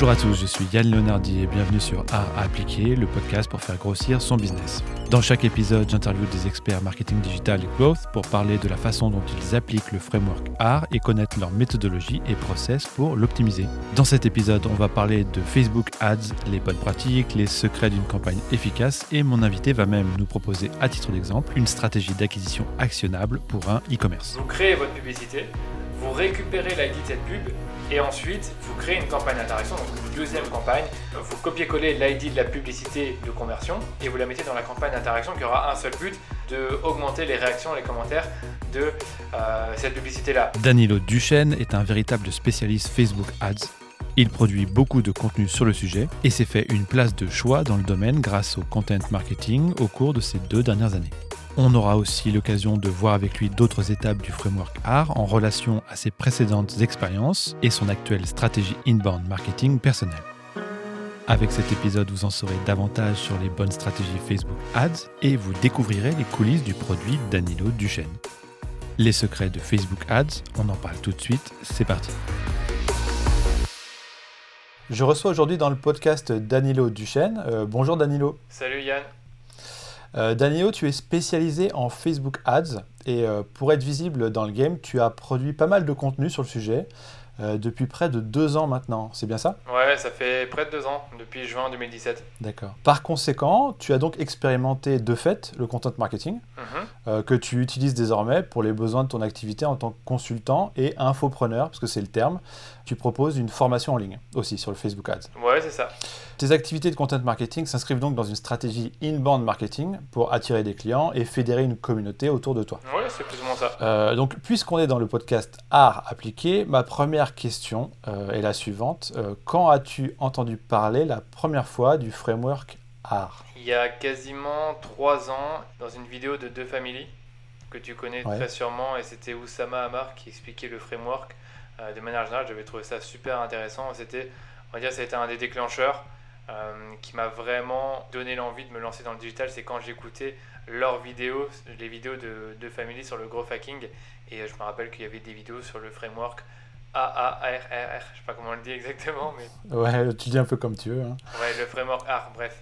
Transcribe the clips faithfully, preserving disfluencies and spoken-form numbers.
Bonjour à tous, je suis Yann Leonardi et bienvenue sur Art à appliquer, le podcast pour faire grossir son business. Dans chaque épisode, j'interviewe des experts marketing digital et growth pour parler de la façon dont ils appliquent le framework Art et connaître leur méthodologie et process pour l'optimiser. Dans cet épisode, on va parler de Facebook Ads, les bonnes pratiques, les secrets d'une campagne efficace et mon invité va même nous proposer à titre d'exemple une stratégie d'acquisition actionnable pour un e-commerce. Vous créez votre publicité, vous récupérez l'I D de cette pub et ensuite vous créez une campagne d'interaction, donc une deuxième campagne. Vous copiez-collez l'I D de la publicité de conversion et vous la mettez dans la campagne d'interaction qui aura un seul but, d'augmenter les réactions, les commentaires de euh, cette publicité-là. Danilo Duchesne est un véritable spécialiste Facebook Ads. Il produit beaucoup de contenu sur le sujet et s'est fait une place de choix dans le domaine grâce au content marketing au cours de ces deux dernières années. On aura aussi l'occasion de voir avec lui d'autres étapes du framework Art en relation à ses précédentes expériences et son actuelle stratégie inbound marketing personnelle. Avec cet épisode, vous en saurez davantage sur les bonnes stratégies Facebook Ads et vous découvrirez les coulisses du produit Danilo Duchesne. Les secrets de Facebook Ads, on en parle tout de suite, c'est parti. Je reçois aujourd'hui dans le podcast Danilo Duchesne. Euh, bonjour Danilo. Salut Yann. Euh, Danilo, tu es spécialisé en Facebook Ads et euh, pour être visible dans le game, tu as produit pas mal de contenu sur le sujet euh, depuis près de deux ans maintenant, c'est bien ça ? Ouais, ça fait près de deux ans, depuis juin deux mille dix-sept. D'accord. Par conséquent, tu as donc expérimenté de fait le content marketing Mm-hmm. euh, que tu utilises désormais pour les besoins de ton activité en tant que consultant et infopreneur, parce que c'est le terme. Tu proposes une formation en ligne aussi sur le Facebook Ads. Ouais, c'est ça. Tes activités de content marketing s'inscrivent donc dans une stratégie inbound marketing pour attirer des clients et fédérer une communauté autour de toi. Ouais, c'est plus ou moins ça. Euh, donc, puisqu'on est dans le podcast Art appliqué, ma première question euh, est la suivante. Euh, quand as-tu entendu parler la première fois du framework Art ? Il y a quasiment trois ans, dans une vidéo de Deux Family, que tu connais Ouais. très sûrement, et c'était Oussama Hamar qui expliquait le framework. Euh, de manière générale, j'avais trouvé ça super intéressant. C'était, on va dire, ça a été un des déclencheurs euh, qui m'a vraiment donné l'envie de me lancer dans le digital. C'est quand j'écoutais leurs vidéos, les vidéos de Deux Family sur le growth hacking, et euh, je me rappelle qu'il y avait des vidéos sur le framework A A R R R, je sais pas comment on le dit exactement, mais Ouais, tu le dis un peu comme tu veux. Hein. ouais, le framework A R, bref.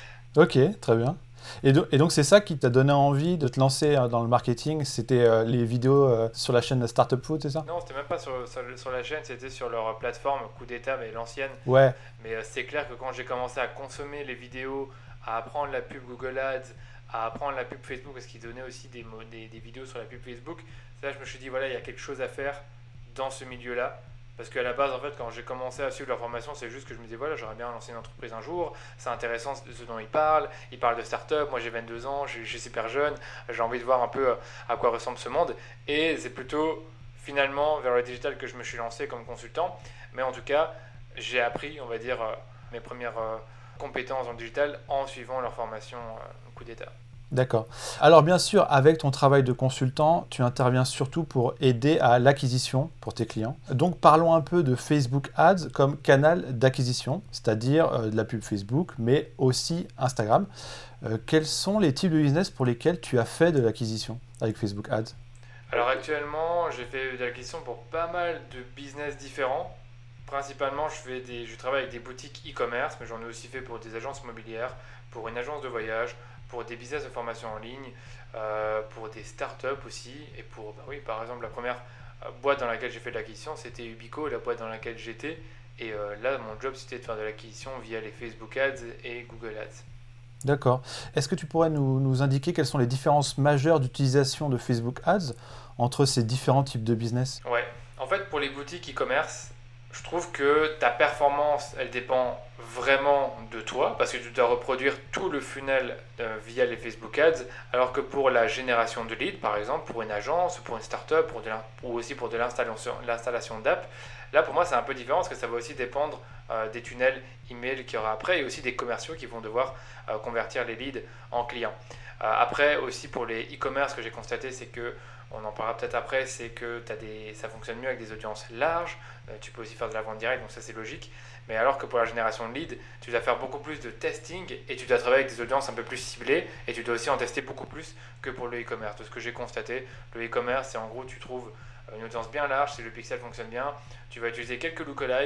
Ok, très bien. Et, do- et donc, c'est ça qui t'a donné envie de te lancer euh, dans le marketing. C'était euh, les vidéos euh, sur la chaîne Startup Food, c'est ça ? Non, c'était même pas sur, sur, sur la chaîne, c'était sur leur plateforme Coup d'État, mais l'ancienne. Ouais, Mais euh, c'est clair que quand j'ai commencé à consommer les vidéos, à apprendre la pub Google Ads, à apprendre la pub Facebook, parce qu'ils donnaient aussi des, mo- des, des vidéos sur la pub Facebook, là je me suis dit, voilà, il y a quelque chose à faire dans ce milieu-là. Parce qu'à la base, en fait, quand j'ai commencé à suivre leur formation, c'est juste que je me disais, voilà, j'aurais bien lancé une entreprise un jour, c'est intéressant ce dont ils parlent, ils parlent de start-up, moi j'ai vingt-deux ans, je, je suis super jeune, j'ai envie de voir un peu à quoi ressemble ce monde. Et c'est plutôt finalement vers le digital que je me suis lancé comme consultant. Mais en tout cas, j'ai appris, on va dire, euh, mes premières euh, compétences dans le digital en suivant leur formation euh, Coup d'État. d'accord. Alors bien sûr, avec ton travail de consultant, tu interviens surtout pour aider à l'acquisition pour tes clients. Donc parlons un peu de Facebook Ads comme canal d'acquisition, c'est-à-dire euh, de la pub Facebook, mais aussi Instagram. Euh, quels sont les types de business pour lesquels tu as fait de l'acquisition avec Facebook Ads ? Alors actuellement, j'ai fait de l'acquisition pour pas mal de business différents. Principalement, je, fais des, je travaille avec des boutiques e-commerce, mais j'en ai aussi fait pour des agences immobilières, pour une agence de voyage, pour des business de formation en ligne, euh, pour des startups aussi. Et pour, bah oui, par exemple, la première euh, boîte dans laquelle j'ai fait de l'acquisition, c'était Ubico, la boîte dans laquelle j'étais. Et euh, là, mon job, c'était de faire de l'acquisition via les Facebook Ads et Google Ads. D'accord. Est-ce que tu pourrais nous, nous indiquer quelles sont les différences majeures d'utilisation de Facebook Ads entre ces différents types de business ? Ouais, en fait, pour les boutiques e-commerce, je trouve que ta performance, elle dépend vraiment de toi parce que tu dois reproduire tout le funnel euh, via les Facebook Ads, alors que pour la génération de leads, par exemple, pour une agence, pour une startup, pour de ou aussi pour de l'installation, l'installation d'app, là pour moi c'est un peu différent parce que ça va aussi dépendre euh, des tunnels email qu'il y aura après et aussi des commerciaux qui vont devoir euh, convertir les leads en clients. Euh, après aussi pour les e-commerce, ce que j'ai constaté, c'est que on en parlera peut-être après, c'est que t'as des, ça fonctionne mieux avec des audiences larges. Euh, tu peux aussi faire de la vente directe, donc ça c'est logique. Mais alors que pour la génération de leads, tu dois faire beaucoup plus de testing et tu dois travailler avec des audiences un peu plus ciblées et tu dois aussi en tester beaucoup plus que pour le e-commerce. De ce que j'ai constaté, le e-commerce, c'est en gros, tu trouves une audience bien large, si le pixel fonctionne bien, tu vas utiliser quelques lookalikes,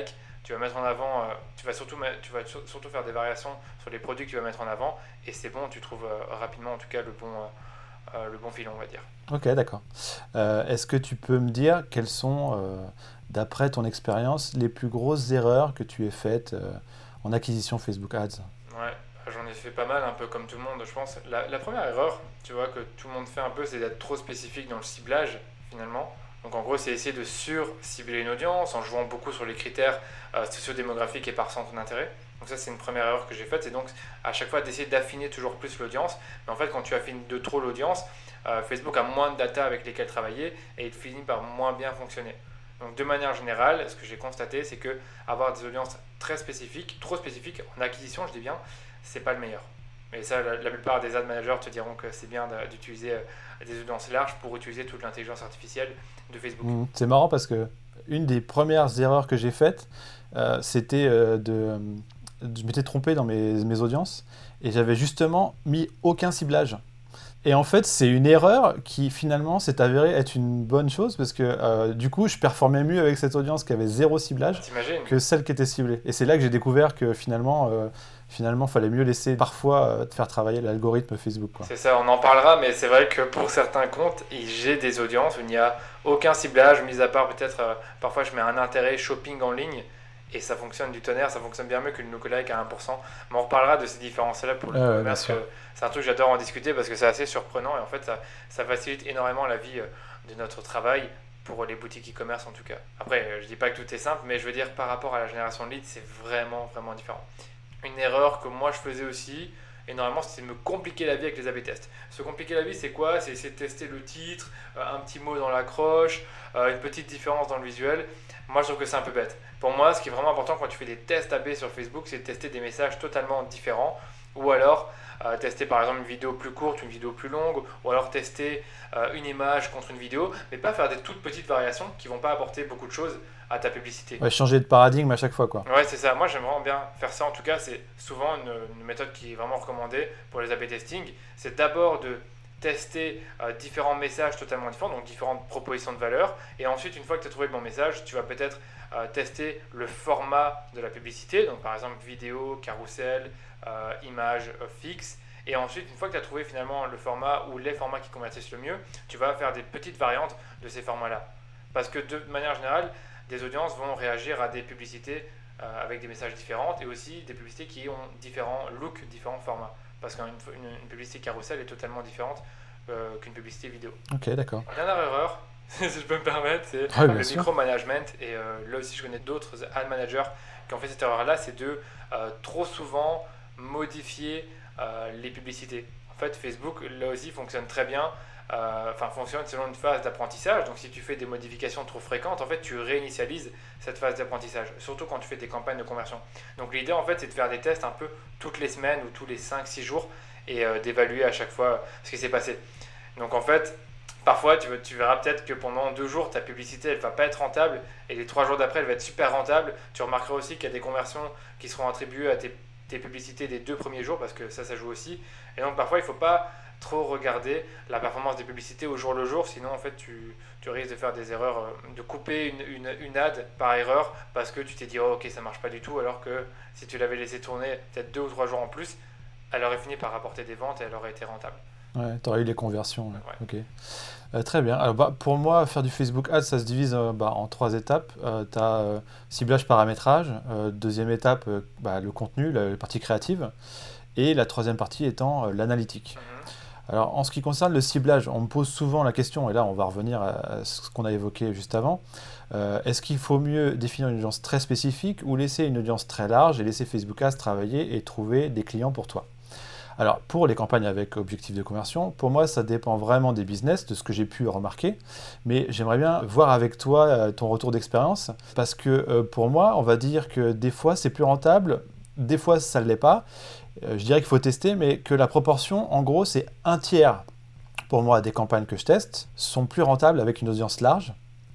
tu vas mettre en avant, euh, tu vas surtout, tu vas surtout faire des variations sur les produits que tu vas mettre en avant, et c'est bon, tu trouves euh, rapidement en tout cas le bon, euh, euh, le bon filon, on va dire. Ok, d'accord. Euh, est-ce que tu peux me dire quelles sont, euh, d'après ton expérience, les plus grosses erreurs que tu aies faites euh, en acquisition Facebook Ads? Ouais, j'en ai fait pas mal, un peu comme tout le monde, je pense. La, la première erreur, tu vois, que tout le monde fait un peu, c'est d'être trop spécifique dans le ciblage, finalement. Donc en gros, c'est essayer de sur-cibler une audience en jouant beaucoup sur les critères euh, sociodémographiques et par centre d'intérêt. Donc ça, c'est une première erreur que j'ai faite. C'est donc à chaque fois d'essayer d'affiner toujours plus l'audience. Mais en fait, quand tu affines de trop l'audience, euh, Facebook a moins de data avec lesquelles travailler et il finit par moins bien fonctionner. Donc de manière générale, ce que j'ai constaté, c'est que avoir des audiences très spécifiques, trop spécifiques, en acquisition, je dis bien, c'est pas le meilleur. Mais ça, la, la plupart des ad managers te diront que c'est bien d'utiliser des audiences larges pour utiliser toute l'intelligence artificielle de Facebook. Mmh, c'est marrant parce que une des premières erreurs que j'ai faites, euh, c'était euh, de, de... Je m'étais trompé dans mes, mes audiences et j'avais justement mis aucun ciblage. Et en fait, c'est une erreur qui finalement s'est avérée être une bonne chose parce que euh, du coup, je performais mieux avec cette audience qui avait zéro ciblage que celle qui était ciblée. Et c'est là que j'ai découvert que finalement, euh, finalement, fallait mieux laisser parfois euh, faire travailler l'algorithme Facebook, quoi. C'est ça, on en parlera, mais c'est vrai que pour certains comptes, j'ai des audiences où il n'y a aucun ciblage, mis à part peut-être, euh, parfois je mets un intérêt shopping en ligne. Et ça fonctionne du tonnerre, ça fonctionne bien mieux que le lookalike à un pour cent. Mais on reparlera de ces différences-là pour le euh, commerce. C'est un truc que j'adore en discuter parce que c'est assez surprenant et en fait ça, ça facilite énormément la vie de notre travail pour les boutiques e-commerce en tout cas. Après, je dis pas que tout est simple, mais je veux dire par rapport à la génération de leads, c'est vraiment vraiment différent. Une erreur que moi je faisais aussi énormément, c'était de me compliquer la vie avec les A B tests. Se compliquer la vie, c'est quoi? C'est essayer de tester le titre, un petit mot dans l'accroche, une petite différence dans le visuel. Moi, je trouve que c'est un peu bête. Pour moi, ce qui est vraiment important quand tu fais des tests A B sur Facebook, c'est de tester des messages totalement différents. Ou alors, euh, tester par exemple une vidéo plus courte, une vidéo plus longue. Ou alors tester euh, une image contre une vidéo. Mais pas faire des toutes petites variations qui ne vont pas apporter beaucoup de choses à ta publicité. Ouais, changer de paradigme à chaque fois, quoi. Ouais, c'est ça. Moi, j'aime vraiment bien faire ça. En tout cas, c'est souvent une, une méthode qui est vraiment recommandée pour les A B testing. C'est d'abord de tester euh, différents messages totalement différents, donc différentes propositions de valeur. Et ensuite, une fois que tu as trouvé le bon message, tu vas peut-être euh, tester le format de la publicité, donc par exemple vidéo, carrousel, euh, image euh, fixe. Et ensuite, une fois que tu as trouvé finalement le format ou les formats qui convertissent le mieux, tu vas faire des petites variantes de ces formats-là. Parce que de manière générale, des audiences vont réagir à des publicités euh, avec des messages différents et aussi des publicités qui ont différents looks, différents formats. Parce qu'une une, une publicité carrousel est totalement différente euh, qu'une publicité vidéo. Ok, d'accord. Dernière erreur, si je peux me permettre, c'est ah, le micromanagement. Et euh, là aussi, je connais d'autres ad managers qui ont fait cette erreur-là, c'est de euh, trop souvent modifier euh, les publicités. En fait, Facebook, là aussi, fonctionne très bien. Enfin, euh, fonctionne selon une phase d'apprentissage. Donc, si tu fais des modifications trop fréquentes, en fait, tu réinitialises cette phase d'apprentissage, surtout quand tu fais des campagnes de conversion. Donc, l'idée, en fait, c'est de faire des tests un peu toutes les semaines ou tous les cinq six jours et euh, d'évaluer à chaque fois ce qui s'est passé. Donc, en fait, parfois, tu, tu verras peut-être que pendant deux jours, ta publicité, elle ne va pas être rentable et les trois jours d'après, elle va être super rentable. Tu remarqueras aussi qu'il y a des conversions qui seront attribuées à tes, tes publicités des deux premiers jours parce que ça, ça joue aussi. Et donc, parfois, il ne faut pas trop regarder la performance des publicités au jour le jour, sinon en fait tu, tu risques de faire des erreurs, de couper une, une, une ad par erreur parce que tu t'es dit oh, ok ça marche pas du tout, alors que si tu l'avais laissé tourner peut-être deux ou trois jours en plus, elle aurait fini par rapporter des ventes et elle aurait été rentable. Ouais, tu aurais eu les conversions. Ouais. Ouais. Ok. Euh, très bien. Alors, bah, pour moi, faire du Facebook Ads, ça se divise euh, bah, en trois étapes. Euh, tu as euh, ciblage, paramétrage. Euh, deuxième étape, euh, bah, le contenu, la, la partie créative. Et la troisième partie étant euh, l'analytique. Mm-hmm. Alors, en ce qui concerne le ciblage, on me pose souvent la question, et là on va revenir à ce qu'on a évoqué juste avant, euh, est-ce qu'il faut mieux définir une audience très spécifique ou laisser une audience très large et laisser Facebook Ads travailler et trouver des clients pour toi? Alors, pour les campagnes avec objectif de conversion, pour moi, ça dépend vraiment des business, de ce que j'ai pu remarquer, mais j'aimerais bien voir avec toi euh, ton retour d'expérience, parce que euh, pour moi, on va dire que des fois c'est plus rentable, des fois ça ne l'est pas. Je dirais qu'il faut tester, mais que la proportion, en gros, c'est un tiers, pour moi, des campagnes que je teste, sont plus rentables avec une audience large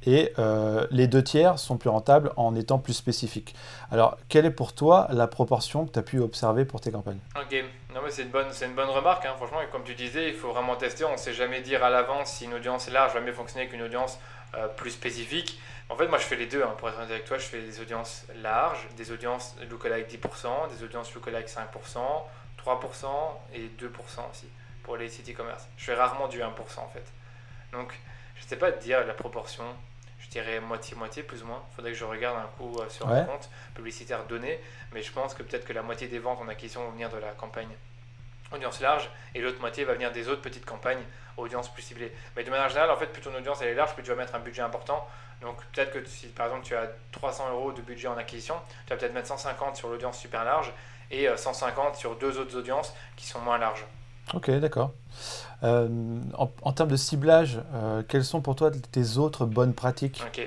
et euh, les deux tiers sont plus rentables en étant plus spécifiques. Alors, quelle est pour toi la proportion que tu as pu observer pour tes campagnes ? Ok, non mais c'est une bonne, c'est une bonne remarque, hein. Franchement, et comme tu disais, il faut vraiment tester, on ne sait jamais dire à l'avance si une audience large va mieux fonctionner qu'une audience euh, plus spécifique. En fait, moi je fais les deux, hein. Pour être honnête avec toi, je fais des audiences larges, des audiences lookalike dix pour cent, des audiences lookalike cinq pour cent, trois pour cent et deux pour cent aussi pour les sites e-commerce. Je fais rarement du un pour cent en fait. Donc, je ne sais pas te dire la proportion, je dirais moitié-moitié plus ou moins. Il faudrait que je regarde un coup euh, sur Ouais. un compte publicitaire donné, mais je pense que peut-être que la moitié des ventes en acquisition vont venir de la campagne audience large et l'autre moitié va venir des autres petites campagnes audience plus ciblées. Mais de manière générale, en fait, plus ton audience elle est large, plus tu vas mettre un budget important. Donc peut-être que si par exemple tu as trois cents euros de budget en acquisition, tu vas peut-être mettre cent cinquante sur l'audience super large et cent cinquante sur deux autres audiences qui sont moins larges. Ok, d'accord. Euh, en, en termes de ciblage, euh, quelles sont pour toi tes autres bonnes pratiques ? Ok.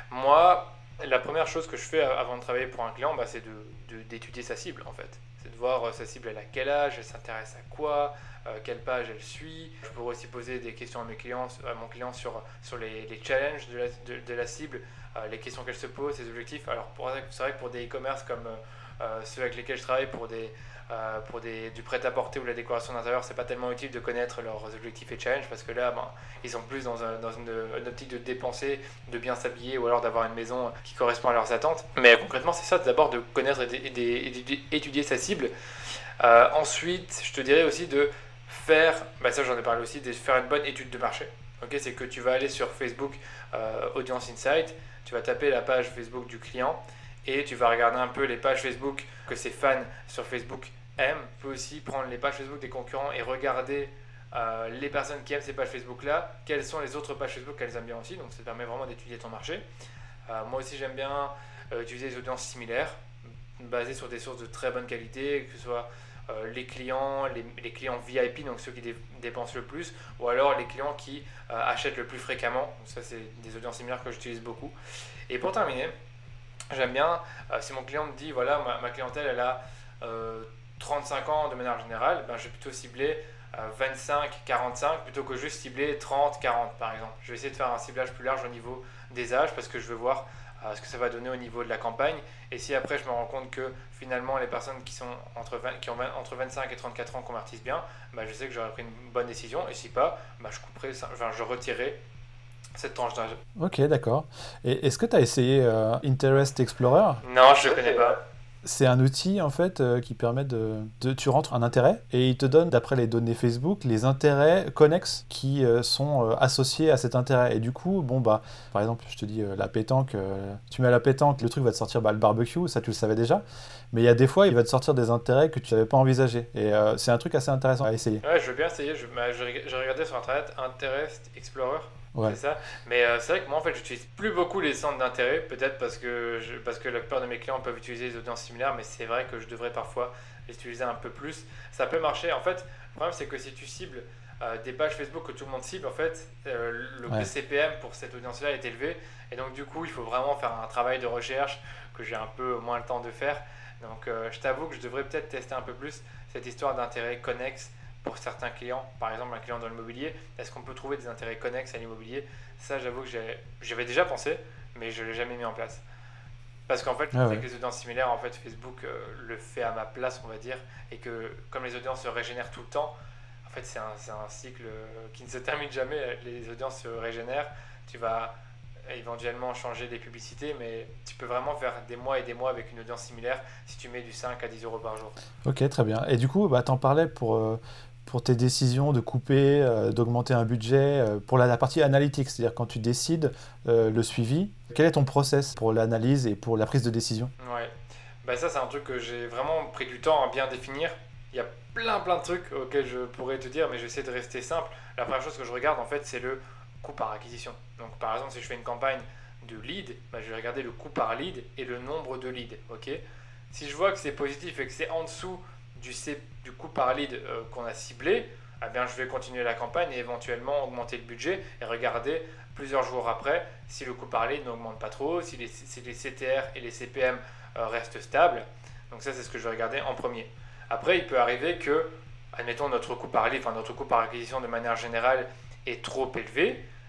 Moi, la première chose que je fais avant de travailler pour un client, bah, c'est de, de, d'étudier sa cible en fait. C'est de voir euh, sa cible, elle a quel âge, elle s'intéresse à quoi, euh, quelle page elle suit. Je pourrais aussi poser des questions à, mes clients, à mon client sur, sur les, les challenges de la, de, de la cible, euh, les questions qu'elle se pose, ses objectifs. Alors pour, c'est vrai que pour des e-commerce comme euh, ceux avec lesquels je travaille, pour des Euh, pour des, du prêt-à-porter ou la décoration d'intérieur, c'est pas tellement utile de connaître leurs objectifs et challenges parce que là, ben, ils sont plus dans, un, dans une, une optique de dépenser, de bien s'habiller ou alors d'avoir une maison qui correspond à leurs attentes. Mais concrètement, c'est ça, d'abord de connaître et d'étudier sa cible. Euh, ensuite, je te dirais aussi de faire, bah ça j'en ai parlé aussi, de faire une bonne étude de marché. Okay, c'est que tu vas aller sur Facebook euh, Audience Insight, tu vas taper la page Facebook du client et tu vas regarder un peu les pages Facebook que ses fans sur Facebook aiment. Tu peux aussi prendre les pages Facebook des concurrents et regarder euh, les personnes qui aiment ces pages Facebook-là, quelles sont les autres pages Facebook qu'elles aiment bien aussi. Donc ça te permet vraiment d'étudier ton marché. Euh, moi aussi j'aime bien euh, utiliser des audiences similaires, basées sur des sources de très bonne qualité, que ce soit euh, les clients, les, les clients V I P, donc ceux qui dé, dépensent le plus, ou alors les clients qui euh, achètent le plus fréquemment. Donc ça c'est des audiences similaires que j'utilise beaucoup. Et pour terminer, j'aime bien, euh, si mon client me dit, voilà, ma, ma clientèle, elle a euh, trente-cinq ans de manière générale, ben, je vais plutôt cibler euh, vingt-cinq quarante-cinq plutôt que juste cibler trente quarante par exemple. Je vais essayer de faire un ciblage plus large au niveau des âges parce que je veux voir euh, ce que ça va donner au niveau de la campagne. Et si après je me rends compte que finalement les personnes qui, sont entre vingt, qui ont vingt, entre vingt-cinq et trente-quatre ans convertissent bien, ben, je sais que j'aurais pris une bonne décision. Et si pas, ben, je couperai, enfin, je retirerai cette tranche d'âge. Ok, d'accord. Et est-ce que tu as essayé euh, Interest Explorer ? Non, je ne connais pas. C'est un outil en fait euh, qui permet de, de... Tu rentres un intérêt et il te donne, d'après les données Facebook, les intérêts connexes qui euh, sont euh, associés à cet intérêt. Et du coup, bon bah, par exemple, je te dis euh, la pétanque, euh, tu mets à la pétanque, le truc va te sortir bah, le barbecue, ça tu le savais déjà. Mais il y a des fois, il va te sortir des intérêts que tu n'avais pas envisagés. Et euh, c'est un truc assez intéressant à essayer. Ouais, je veux bien essayer. Je, bah, j'ai regardé sur internet Interest Explorer. Ouais. C'est ça. Mais euh, c'est vrai que moi, en fait, j'utilise plus beaucoup les centres d'intérêt, peut-être parce que, je, parce que la plupart de mes clients peuvent utiliser des audiences similaires, mais c'est vrai que je devrais parfois les utiliser un peu plus. Ça peut marcher. En fait, le problème, c'est que si tu cibles euh, des pages Facebook que tout le monde cible, en fait, euh, le ouais. C P M pour cette audience-là est élevé. Et donc, du coup, il faut vraiment faire un travail de recherche que j'ai un peu moins le temps de faire. Donc, euh, je t'avoue que je devrais peut-être tester un peu plus cette histoire d'intérêt connexe pour certains clients, par exemple un client dans l'immobilier. Est-ce qu'on peut trouver des intérêts connexes à l'immobilier ? Ça, j'avoue que j'ai, j'avais déjà pensé, mais je ne l'ai jamais mis en place. Parce qu'en fait, ah avec ouais. les audiences similaires, en fait, Facebook euh, le fait à ma place, on va dire, et que comme les audiences se régénèrent tout le temps, en fait, c'est un, c'est un cycle qui ne se termine jamais. Les audiences se régénèrent, tu vas éventuellement changer des publicités, mais tu peux vraiment faire des mois et des mois avec une audience similaire si tu mets du cinq à dix euros par jour. Ok, très bien. Et du coup, bah, tu en parlais pour... Euh... pour tes décisions de couper, euh, d'augmenter un budget, euh, pour la, la partie analytique, c'est-à-dire quand tu décides euh, le suivi, quel est ton process pour l'analyse et pour la prise de décision ? Ouais, bah ça c'est un truc que j'ai vraiment pris du temps à bien définir. Il y a plein plein de trucs auxquels je pourrais te dire, mais j'essaie de rester simple. La première chose que je regarde en fait, c'est le coût par acquisition. Donc par exemple, si je fais une campagne de lead, bah, je vais regarder le coût par lead et le nombre de leads. Okay ? Si je vois que c'est positif et que c'est en dessous Du, C, du coût par lead euh, qu'on a ciblé, eh bien, je vais continuer la campagne et éventuellement augmenter le budget et regarder plusieurs jours après si le coût par lead n'augmente pas trop, si les, si les C T R et les C P M euh, restent stables. Donc ça, c'est ce que je vais regarder en premier. Après, il peut arriver que, admettons, notre coût par lead, enfin notre coût par acquisition de manière générale est trop élevé.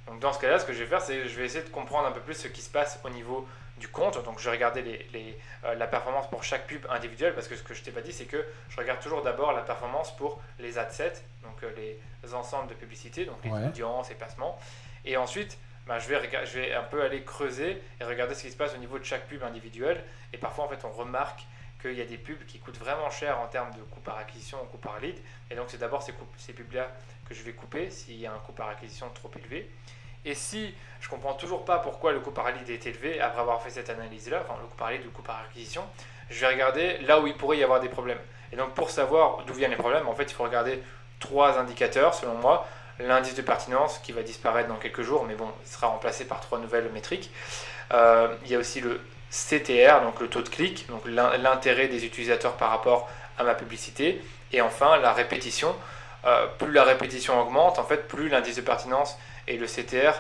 Donc dans ce cas-là, ce que je vais faire, c'est que je vais essayer de comprendre un peu plus ce qui se passe au niveau du compte. Donc je vais regarder les, les, euh, la performance pour chaque pub individuelle, parce que ce que je t'ai pas dit, c'est que je regarde toujours d'abord la performance pour les adsets, donc euh, les ensembles de publicités, donc les ouais. audiences et placements. Et ensuite, ben, je, vais rega- je vais un peu aller creuser et regarder ce qui se passe au niveau de chaque pub individuelle. Et parfois, en fait, on remarque qu'il y a des pubs qui coûtent vraiment cher en termes de coût par acquisition ou coût par lead. Et donc, c'est d'abord ces, coups, ces pubs-là que je vais couper s'il y a un coût par acquisition trop élevé. Et si je ne comprends toujours pas pourquoi le coût par lead est élevé, après avoir fait cette analyse-là, enfin le coût par lead ou le coût par acquisition, je vais regarder là où il pourrait y avoir des problèmes. Et donc, pour savoir d'où viennent les problèmes, en fait, il faut regarder trois indicateurs, selon moi. L'indice de pertinence qui va disparaître dans quelques jours, mais bon, il sera remplacé par trois nouvelles métriques. Euh, il y a aussi le C T R, donc le taux de clic, donc l'intérêt des utilisateurs par rapport à ma publicité. Et enfin, la répétition. Euh, plus la répétition augmente, en fait, plus l'indice de pertinence et le C T R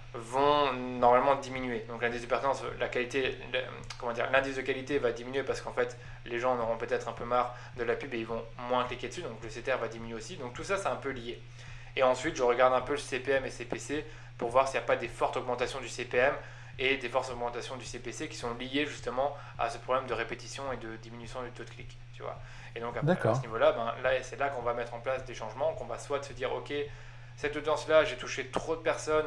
vont normalement diminuer. Donc l'indice de pertinence, la qualité, le, comment dire, l'indice de qualité va diminuer parce qu'en fait, les gens en auront peut-être un peu marre de la pub et ils vont moins cliquer dessus. Donc le C T R va diminuer aussi. Donc tout ça, c'est un peu lié. Et ensuite, je regarde un peu le C P M et C P C pour voir s'il n'y a pas des fortes augmentations du C P M et des fortes augmentations du C P C qui sont liées justement à ce problème de répétition et de diminution du taux de clic, tu vois. Et donc après, à ce niveau-là, ben, là, c'est là qu'on va mettre en place des changements, qu'on va soit se dire, ok, cette audience-là, j'ai touché trop de personnes,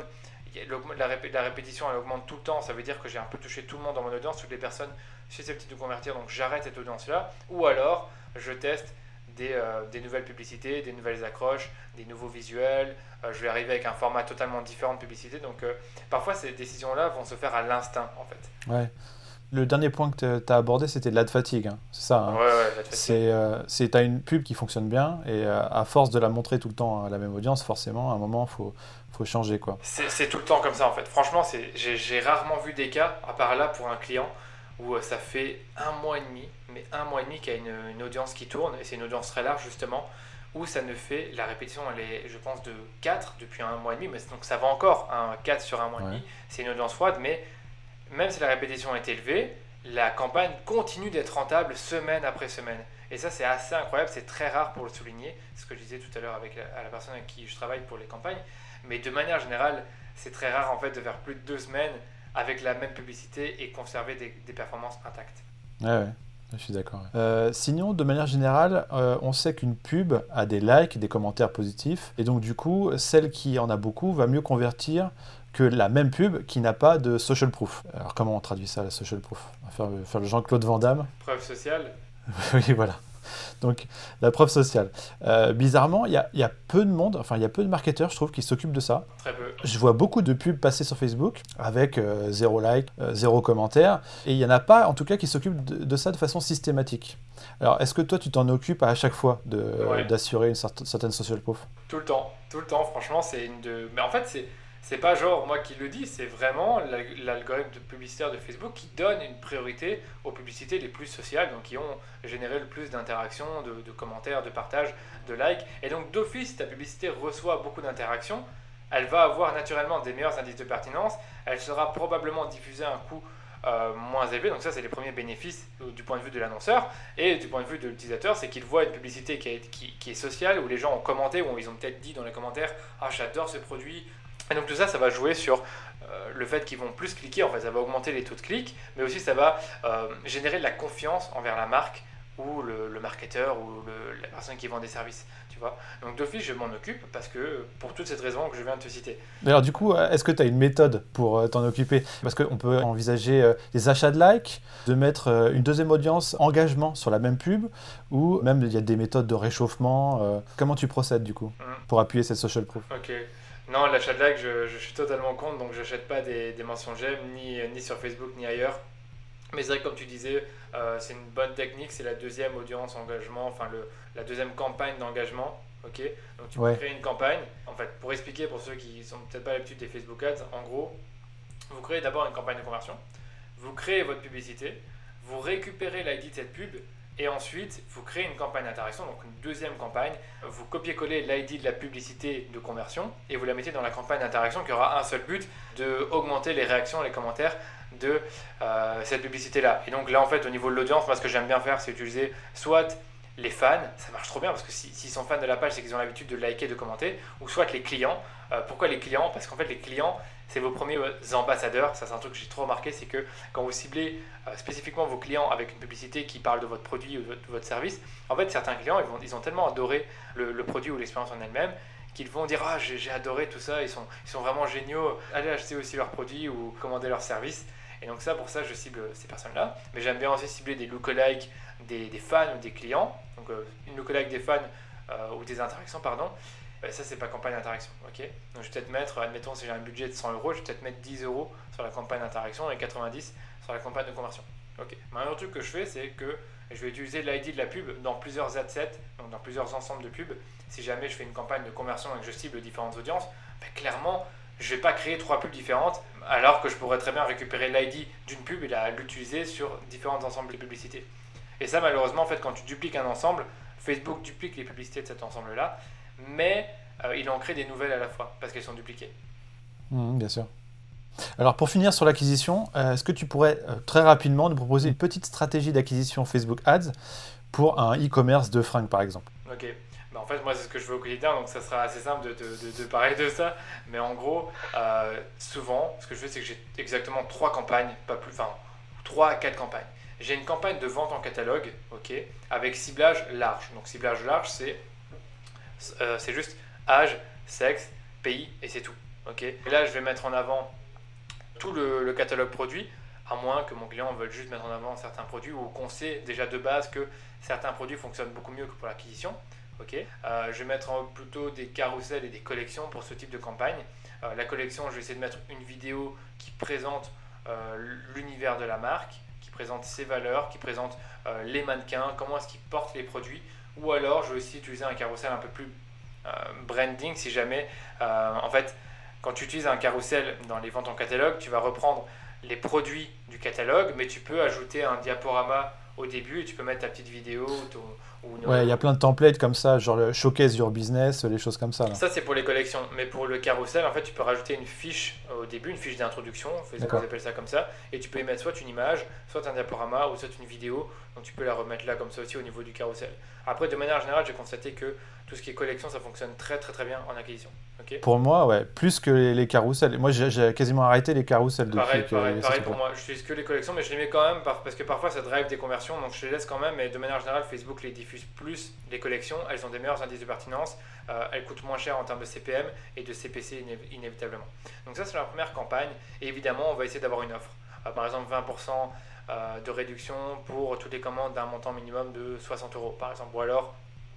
la, rép- la répétition, elle augmente tout le temps, ça veut dire que j'ai un peu touché tout le monde dans mon audience, toutes les personnes susceptibles de convertir, donc j'arrête cette audience-là, ou alors je teste des, euh, des nouvelles publicités, des nouvelles accroches, des nouveaux visuels, euh, je vais arriver avec un format totalement différent de publicité, donc euh, parfois ces décisions-là vont se faire à l'instinct, en fait. Ouais. Le dernier point que tu as abordé, c'était de l'ad fatigue, hein. C'est ça. Hein. Ouais, ouais, l'ad fatigue. C'est, euh, c'est, tu as une pub qui fonctionne bien et euh, à force de la montrer tout le temps à la même audience, forcément, à un moment, il faut, faut changer, quoi. C'est, c'est tout le temps comme ça, en fait. Franchement, c'est, j'ai, j'ai rarement vu des cas, à part là, pour un client, où euh, ça fait un mois et demi, mais un mois et demi qu'il y a une, une audience qui tourne, et c'est une audience très large, justement, où ça ne fait, la répétition, elle est, je pense, de quatre depuis un mois et demi, mais donc ça va encore, hein, quatre sur un mois ouais. et demi, c'est une audience froide, mais même si la répétition est élevée, la campagne continue d'être rentable semaine après semaine. Et ça, c'est assez incroyable, c'est très rare pour le souligner, c'est ce que je disais tout à l'heure avec la, à la personne avec qui je travaille pour les campagnes. Mais de manière générale, c'est très rare en fait de faire plus de deux semaines avec la même publicité et conserver des, des performances intactes. Ouais, ouais. Je suis d'accord. Euh, sinon, de manière générale, euh, on sait qu'une pub a des likes, des commentaires positifs, et donc du coup, celle qui en a beaucoup va mieux convertir que la même pub qui n'a pas de social proof. Alors comment on traduit ça, la social proof ? On va faire, faire le Jean-Claude Van Damme. Preuve sociale. Oui, voilà. Donc, la preuve sociale. Euh, bizarrement, il y a, y a peu de monde, enfin, il y a peu de marketeurs, je trouve, qui s'occupent de ça. Très peu. Je vois beaucoup de pubs passer sur Facebook avec euh, zéro like, euh, zéro commentaire, et il n'y en a pas, en tout cas, qui s'occupent de, de ça de façon systématique. Alors, est-ce que toi, tu t'en occupes à chaque fois de, ouais. euh, d'assurer une certaine social proof ? Tout le temps, tout le temps, franchement, c'est une de... Mais en fait, c'est... C'est pas genre moi qui le dis, c'est vraiment l'algorithme publicitaire de Facebook qui donne une priorité aux publicités les plus sociales, donc qui ont généré le plus d'interactions, de, de commentaires, de partages, de likes. Et donc d'office, si ta publicité reçoit beaucoup d'interactions, elle va avoir naturellement des meilleurs indices de pertinence, elle sera probablement diffusée à un coût euh, moins élevé, donc ça c'est les premiers bénéfices du point de vue de l'annonceur. Et du point de vue de l'utilisateur, c'est qu'il voit une publicité qui est, qui, qui est sociale, où les gens ont commenté, où ils ont peut-être dit dans les commentaires « Ah, j'adore ce produit ». Et donc tout ça, ça va jouer sur euh, le fait qu'ils vont plus cliquer, en fait, ça va augmenter les taux de clic, mais aussi ça va euh, générer de la confiance envers la marque ou le, le marketeur ou le, la personne qui vend des services, tu vois. Donc d'office, je m'en occupe parce que pour toutes ces raisons que je viens de te citer. Alors du coup, est-ce que tu as une méthode pour euh, t'en occuper ? Parce qu'on peut envisager euh, des achats de likes, de mettre euh, une deuxième audience engagement sur la même pub, ou même il y a des méthodes de réchauffement. Euh, comment tu procèdes du coup mmh. pour appuyer cette social proof ? Ok. Non, l'achat de like, je, je suis totalement contre, donc je n'achète pas des, des mentions j'aime, ni, ni sur Facebook, ni ailleurs. Mais c'est vrai que comme tu disais, euh, c'est une bonne technique, c'est la deuxième audience engagement, enfin le, la deuxième campagne d'engagement. Okay, donc tu peux ouais. créer une campagne. En fait, pour expliquer pour ceux qui ne sont peut-être pas l'habitude des Facebook Ads, en gros, vous créez d'abord une campagne de conversion, vous créez votre publicité, vous récupérez l'I D de cette pub, et ensuite, vous créez une campagne d'interaction, donc une deuxième campagne. Vous copiez-collez l'I D de la publicité de conversion et vous la mettez dans la campagne d'interaction qui aura un seul but, d'augmenter les réactions et les commentaires de euh, cette publicité-là. Et donc là, en fait, au niveau de l'audience, moi, ce que j'aime bien faire, c'est utiliser soit les fans, ça marche trop bien parce que si, s'ils sont fans de la page, c'est qu'ils ont l'habitude de liker, de commenter, ou soit les clients. Euh, pourquoi les clients? Parce qu'en fait, les clients, c'est vos premiers ambassadeurs. Ça, c'est un truc que j'ai trop remarqué, c'est que quand vous ciblez euh, spécifiquement vos clients avec une publicité qui parle de votre produit ou de votre, de votre service, en fait, certains clients, ils, vont, ils ont tellement adoré le, le produit ou l'expérience en elle-même qu'ils vont dire « Ah, j'ai, j'ai adoré tout ça, ils sont, ils sont vraiment géniaux, allez acheter aussi leurs produits ou commander leurs services. » Et donc ça, pour ça, je cible ces personnes-là. Mais j'aime bien aussi cibler des lookalikes, des, des fans ou des clients. Donc euh, une lookalike des fans euh, ou des interactions, pardon. Ben, ça, c'est pas campagne d'interaction. Okay, donc je vais peut-être mettre, admettons, si j'ai un budget de cent euros, je vais peut-être mettre dix euros sur la campagne d'interaction et quatre-vingt-dix sur la campagne de conversion. Okay. Mais un autre truc que je fais, c'est que je vais utiliser l'I D de la pub dans plusieurs adsets, donc dans plusieurs ensembles de pubs. Si jamais je fais une campagne de conversion et que je cible différentes audiences, ben, clairement, je ne vais pas créer trois pubs différentes, alors que je pourrais très bien récupérer l'I D d'une pub et la, l'utiliser sur différents ensembles de publicités. Et ça, malheureusement, en fait, quand tu dupliques un ensemble, Facebook duplique les publicités de cet ensemble-là, mais euh, il en crée des nouvelles à la fois, parce qu'elles sont dupliquées. Mmh, bien sûr. Alors, pour finir sur l'acquisition, euh, est-ce que tu pourrais euh, très rapidement nous proposer une petite stratégie d'acquisition Facebook Ads pour un e-commerce de fringues, par exemple? Ok. Bah, en fait, moi, c'est ce que je fais au quotidien, donc ça sera assez simple de, de, de, de parler de ça. Mais en gros, euh, souvent, ce que je fais, c'est que j'ai exactement trois campagnes, pas plus, enfin, trois à quatre campagnes. J'ai une campagne de vente en catalogue, ok, avec ciblage large. Donc, ciblage large, c'est, euh, c'est juste âge, sexe, pays, et c'est tout. Okay. Et là, je vais mettre en avant tout le, le catalogue produit, à moins que mon client veuille juste mettre en avant certains produits ou qu'on sait déjà de base que certains produits fonctionnent beaucoup mieux que pour l'acquisition. Okay. Euh, je vais mettre en, plutôt des carousels et des collections pour ce type de campagne. Euh, la collection, je vais essayer de mettre une vidéo qui présente euh, l'univers de la marque, qui présente ses valeurs, qui présente euh, les mannequins, comment est-ce qu'ils portent les produits. Ou alors, je vais aussi utiliser un carrousel un peu plus euh, branding si jamais, euh, en fait, quand tu utilises un carrousel dans les ventes en catalogue, tu vas reprendre les produits du catalogue, mais tu peux ajouter un diaporama au début et tu peux mettre ta petite vidéo. Ton, ou une... Ouais, il y a plein de templates comme ça, genre le showcase your business, les choses comme ça. Là. Ça, c'est pour les collections. Mais pour le carrousel, en fait, tu peux rajouter une fiche au début, une fiche d'introduction, Facebook appelle ça comme ça, et tu peux y mettre soit une image, soit un diaporama, ou soit une vidéo. Donc tu peux la remettre là comme ça aussi au niveau du carrousel. Après, de manière générale, j'ai constaté que tout ce qui est collection, ça fonctionne très très très bien en acquisition. Okay. Pour moi, ouais, plus que les, les carousels. Moi, j'ai, j'ai quasiment arrêté les carousels. Pareil, depuis pareil, que, pareil pour moi. Je n'utilise que les collections, mais je les mets quand même parce que parfois ça drive des conversions, donc je les laisse quand même. Mais de manière générale, Facebook les diffuse plus les collections. Elles ont des meilleurs indices de pertinence. Euh, elles coûtent moins cher en termes de C P M et de C P C iné- inévitablement. Donc ça, c'est la première campagne. Et évidemment, on va essayer d'avoir une offre. Euh, par exemple, vingt pour cent euh, de réduction pour toutes les commandes d'un montant minimum de soixante euros, par exemple. Ou alors,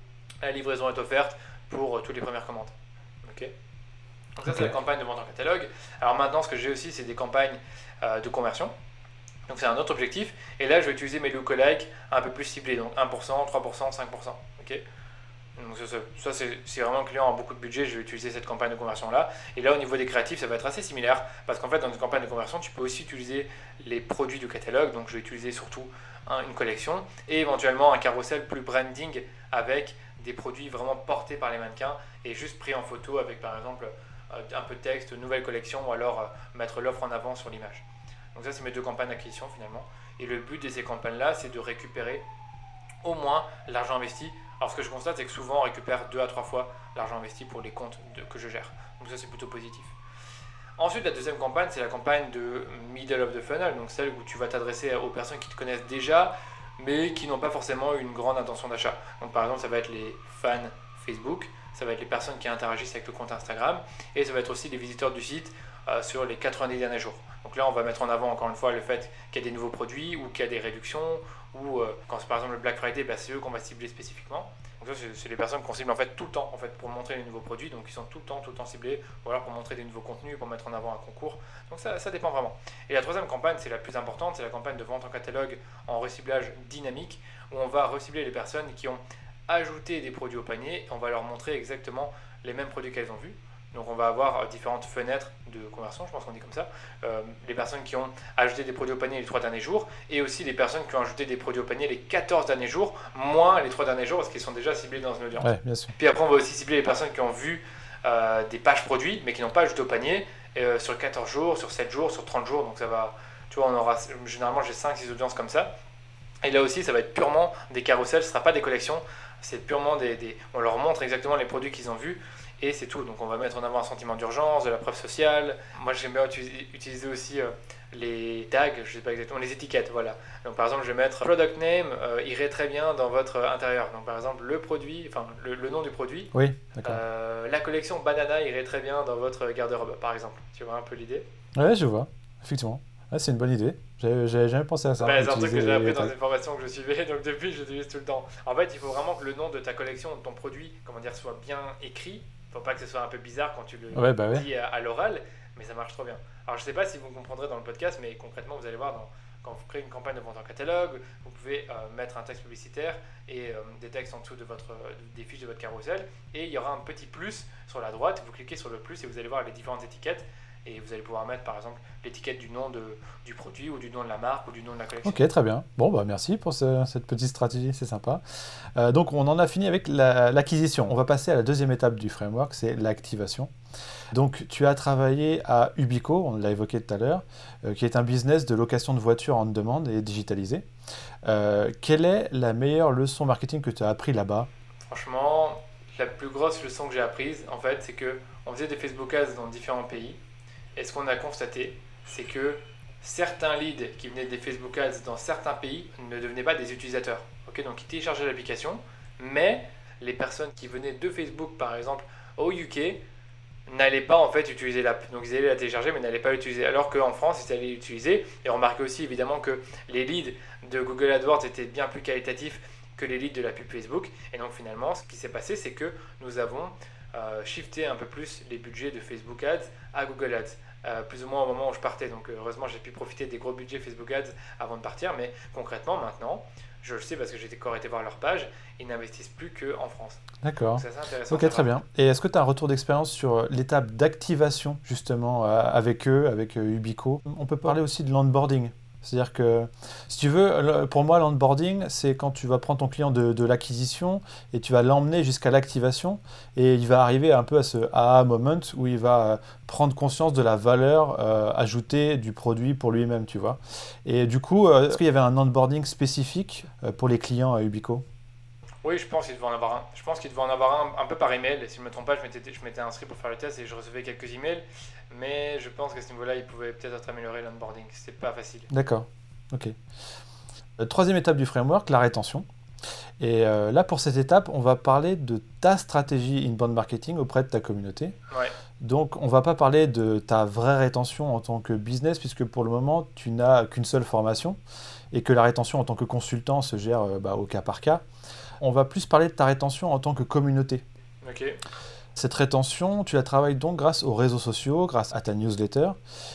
la livraison est offerte pour toutes les premières commandes. Okay. Donc ça, okay. C'est la campagne de vente en catalogue. Alors maintenant, ce que j'ai aussi, c'est des campagnes euh, de conversion. Donc c'est un autre objectif. Et là, je vais utiliser mes lookalikes un peu plus ciblés. Donc un pour cent, trois pour cent, cinq pour cent. Okay. Donc ça, ça, ça c'est, si vraiment le client a beaucoup de budget, je vais utiliser cette campagne de conversion-là. Et là, au niveau des créatifs, ça va être assez similaire. Parce qu'en fait, dans une campagne de conversion, tu peux aussi utiliser les produits du catalogue. Donc je vais utiliser surtout hein, une collection. Et éventuellement un carrousel plus branding avec des produits vraiment portés par les mannequins et juste pris en photo avec par exemple un peu de texte, nouvelle collection ou alors euh, mettre l'offre en avant sur l'image. Donc ça, c'est mes deux campagnes d'acquisition finalement. Et le but de ces campagnes-là, c'est de récupérer au moins l'argent investi. Alors ce que je constate, c'est que souvent on récupère deux à trois fois l'argent investi pour les comptes de, que je gère. Donc ça, c'est plutôt positif. Ensuite, la deuxième campagne, c'est la campagne de middle of the funnel, donc celle où tu vas t'adresser aux personnes qui te connaissent déjà, mais qui n'ont pas forcément une grande intention d'achat. Donc par exemple, ça va être les fans Facebook, ça va être les personnes qui interagissent avec le compte Instagram, et ça va être aussi les visiteurs du site euh, sur les quatre-vingt-dix derniers jours. Donc là, on va mettre en avant encore une fois le fait qu'il y a des nouveaux produits, ou qu'il y a des réductions, ou euh, quand c'est par exemple le Black Friday, bah, c'est eux qu'on va cibler spécifiquement. Donc ça, c'est, c'est les personnes qu'on cible en fait tout le temps en fait, pour montrer les nouveaux produits, donc ils sont tout le temps, tout le temps ciblés, ou alors pour montrer des nouveaux contenus, pour mettre en avant un concours. Donc ça, ça dépend vraiment. Et la troisième campagne, c'est la plus importante, c'est la campagne de vente en catalogue en reciblage dynamique, où on va recibler les personnes qui ont ajouté des produits au panier, et on va leur montrer exactement les mêmes produits qu'elles ont vus. Donc on va avoir différentes fenêtres de conversion, je pense qu'on dit comme ça. Euh, les personnes qui ont ajouté des produits au panier les trois derniers jours, et aussi les personnes qui ont ajouté des produits au panier les quatorze derniers jours, moins les trois derniers jours parce qu'ils sont déjà ciblés dans une audience. Ouais, bien sûr. Puis après, on va aussi cibler les personnes qui ont vu euh, des pages produits, mais qui n'ont pas ajouté au panier euh, sur quatorze jours, sur sept jours, sur trente jours. Donc ça va, tu vois, on aura, généralement j'ai cinq six audiences comme ça. Et là aussi, ça va être purement des carousels, ce ne sera pas des collections, c'est purement des, des... On leur montre exactement les produits qu'ils ont vus et c'est tout. Donc on va mettre en avant un sentiment d'urgence, de la preuve sociale. Moi j'aime bien utiliser aussi euh, les tags, je sais pas exactement, les étiquettes, voilà. Donc par exemple je vais mettre product name euh, irait très bien dans votre intérieur. Donc par exemple le produit, enfin le, le nom du produit. Oui, d'accord. Euh, la collection banana irait très bien dans votre garde-robe, par exemple. Tu vois un peu l'idée? Ouais, je vois, effectivement. Ah, c'est une bonne idée. J'avais, j'avais jamais pensé à ça. Bah, c'est un truc que j'ai appris les dans tags. une formation que je suivais, donc depuis je l'utilise tout le temps. En fait, il faut vraiment que le nom de ta collection, de ton produit, comment dire, soit bien écrit. Faut pas que ce soit un peu bizarre quand tu le Ouais, bah ouais. dis à, à l'oral, mais ça marche trop bien. Alors je sais pas si vous comprendrez dans le podcast, mais concrètement vous allez voir, dans, quand vous créez une campagne de vente en catalogue, vous pouvez euh, mettre un texte publicitaire et euh, des textes en dessous de votre, des fiches de votre carrousel, et il y aura un petit plus sur la droite, vous cliquez sur le plus et vous allez voir les différentes étiquettes, et vous allez pouvoir mettre par exemple l'étiquette du nom de, du produit ou du nom de la marque ou du nom de la collection. Ok, très bien. Bon, bah merci pour ce- cette petite stratégie, c'est sympa. Euh, donc, on en a fini avec la- l'acquisition. On va passer à la deuxième étape du framework, c'est l'activation. Donc, tu as travaillé à Ubico, on l'a évoqué tout à l'heure, euh, qui est un business de location de voitures en demande et digitalisé. Euh, quelle est la meilleure leçon marketing que tu as appris là-bas? Franchement, la plus grosse leçon que j'ai apprise, en fait, c'est que on faisait des Facebook Ads dans différents pays. Et ce qu'on a constaté, c'est que certains leads qui venaient des Facebook Ads dans certains pays ne devenaient pas des utilisateurs. Okay, donc ils téléchargeaient l'application, mais les personnes qui venaient de Facebook, par exemple, au U K, n'allaient pas en fait utiliser l'app. Donc ils allaient la télécharger, mais n'allaient pas l'utiliser. Alors qu'en France, ils allaient l'utiliser. Et on remarquait aussi évidemment que les leads de Google AdWords étaient bien plus qualitatifs que les leads de la pub Facebook. Et donc finalement, ce qui s'est passé, c'est que nous avons euh, shifté un peu plus les budgets de Facebook Ads à Google Ads. Euh, plus ou moins au moment où je partais. Donc heureusement, j'ai pu profiter des gros budgets Facebook Ads avant de partir. Mais concrètement, maintenant, je le sais parce que j'ai encore été voir leur page, ils n'investissent plus qu'en France. D'accord. Donc c'est assez intéressant. Ok, très bien. Et est-ce que tu as un retour d'expérience sur l'étape d'activation, justement, euh, avec eux, avec euh, Ubico? On peut parler aussi de l'onboarding. C'est-à-dire que, si tu veux, le- pour moi, l'onboarding, c'est quand tu vas prendre ton client de, de l'acquisition et tu vas l'emmener jusqu'à l'activation et il va arriver un peu à ce aha moment où il va euh, prendre conscience de la valeur euh, ajoutée du produit pour lui-même, tu vois. Et du coup, euh, est-ce qu'il y avait un onboarding spécifique euh, pour les clients à Ubico? Oui, je pense qu'il devait en avoir un. Je pense qu'il devait en avoir un un peu par email. Si je ne me trompe pas, je m'étais, je m'étais inscrit pour faire le test et je recevais quelques emails. Mais je pense qu'à ce niveau-là, il pouvait peut-être être amélioré l'onboarding. C'est pas facile. D'accord. Ok. Euh, Troisième étape du framework, la rétention. Et euh, là, pour cette étape, on va parler de ta stratégie inbound marketing auprès de ta communauté. Ouais. Donc, on ne va pas parler de ta vraie rétention en tant que business, puisque pour le moment, tu n'as qu'une seule formation et que la rétention en tant que consultant se gère euh, bah, au cas par cas. On va plus parler de ta rétention en tant que communauté. Ok. Cette rétention, tu la travailles donc grâce aux réseaux sociaux, grâce à ta newsletter.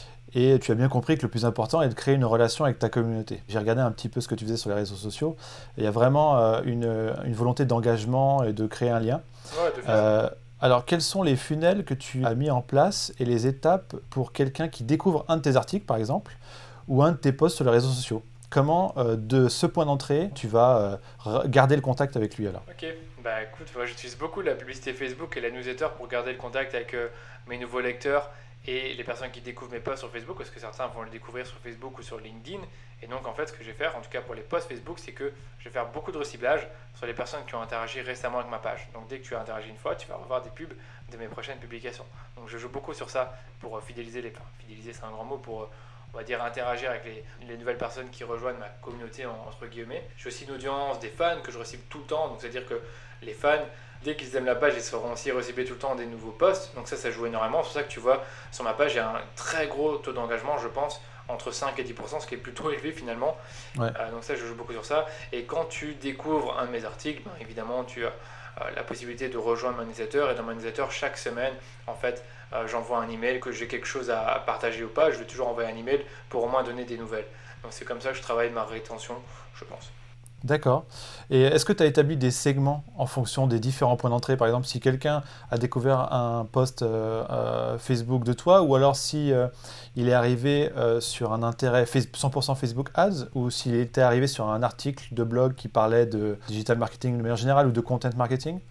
Et tu as bien compris que le plus important est de créer une relation avec ta communauté. J'ai regardé un petit peu ce que tu faisais sur les réseaux sociaux. Et il y a vraiment euh, une, une volonté d'engagement et de créer un lien. Ouais, de fait. Euh, alors, quels sont les funnels que tu as mis en place et les étapes pour quelqu'un qui découvre un de tes articles, par exemple, ou un de tes posts sur les réseaux sociaux? Comment, euh, de ce point d'entrée, tu vas euh, garder le contact avec lui alors? Ok, bah écoute, moi j'utilise beaucoup la publicité Facebook et la newsletter pour garder le contact avec euh, mes nouveaux lecteurs et les personnes qui découvrent mes posts sur Facebook, parce que certains vont le découvrir sur Facebook ou sur LinkedIn. Et donc en fait, ce que je vais faire, en tout cas pour les posts Facebook, c'est que je vais faire beaucoup de reciblage sur les personnes qui ont interagi récemment avec ma page. Donc dès que tu as interagi une fois, tu vas revoir des pubs de mes prochaines publications. Donc je joue beaucoup sur ça pour euh, fidéliser les... Enfin, fidéliser c'est un grand mot pour... Euh, on va dire interagir avec les, les nouvelles personnes qui rejoignent ma communauté en- entre guillemets. J'ai aussi une audience des fans que je recible tout le temps, donc c'est-à-dire que les fans, dès qu'ils aiment la page, ils seront aussi reciblés tout le temps des nouveaux posts, donc ça, ça joue énormément. C'est pour ça que tu vois, sur ma page, il y a un très gros taux d'engagement, je pense, entre cinq et dix pour cent, ce qui est plutôt élevé finalement. Ouais. Euh, donc ça, je joue beaucoup sur ça. Et quand tu découvres un de mes articles, ben, évidemment, tu as euh, la possibilité de rejoindre mon newsletter, et dans mon newsletter, chaque semaine, en fait, euh, j'envoie un email, que j'ai quelque chose à partager ou pas, je vais toujours envoyer un email pour au moins donner des nouvelles. Donc c'est comme ça que je travaille ma rétention, je pense. D'accord. Et est-ce que tu as établi des segments en fonction des différents points d'entrée? Par exemple, si quelqu'un a découvert un post euh, euh, Facebook de toi, ou alors si euh, il est arrivé euh, sur un intérêt face- cent pour cent Facebook Ads, ou s'il était arrivé sur un article de blog qui parlait de digital marketing de manière générale ou de content marketing,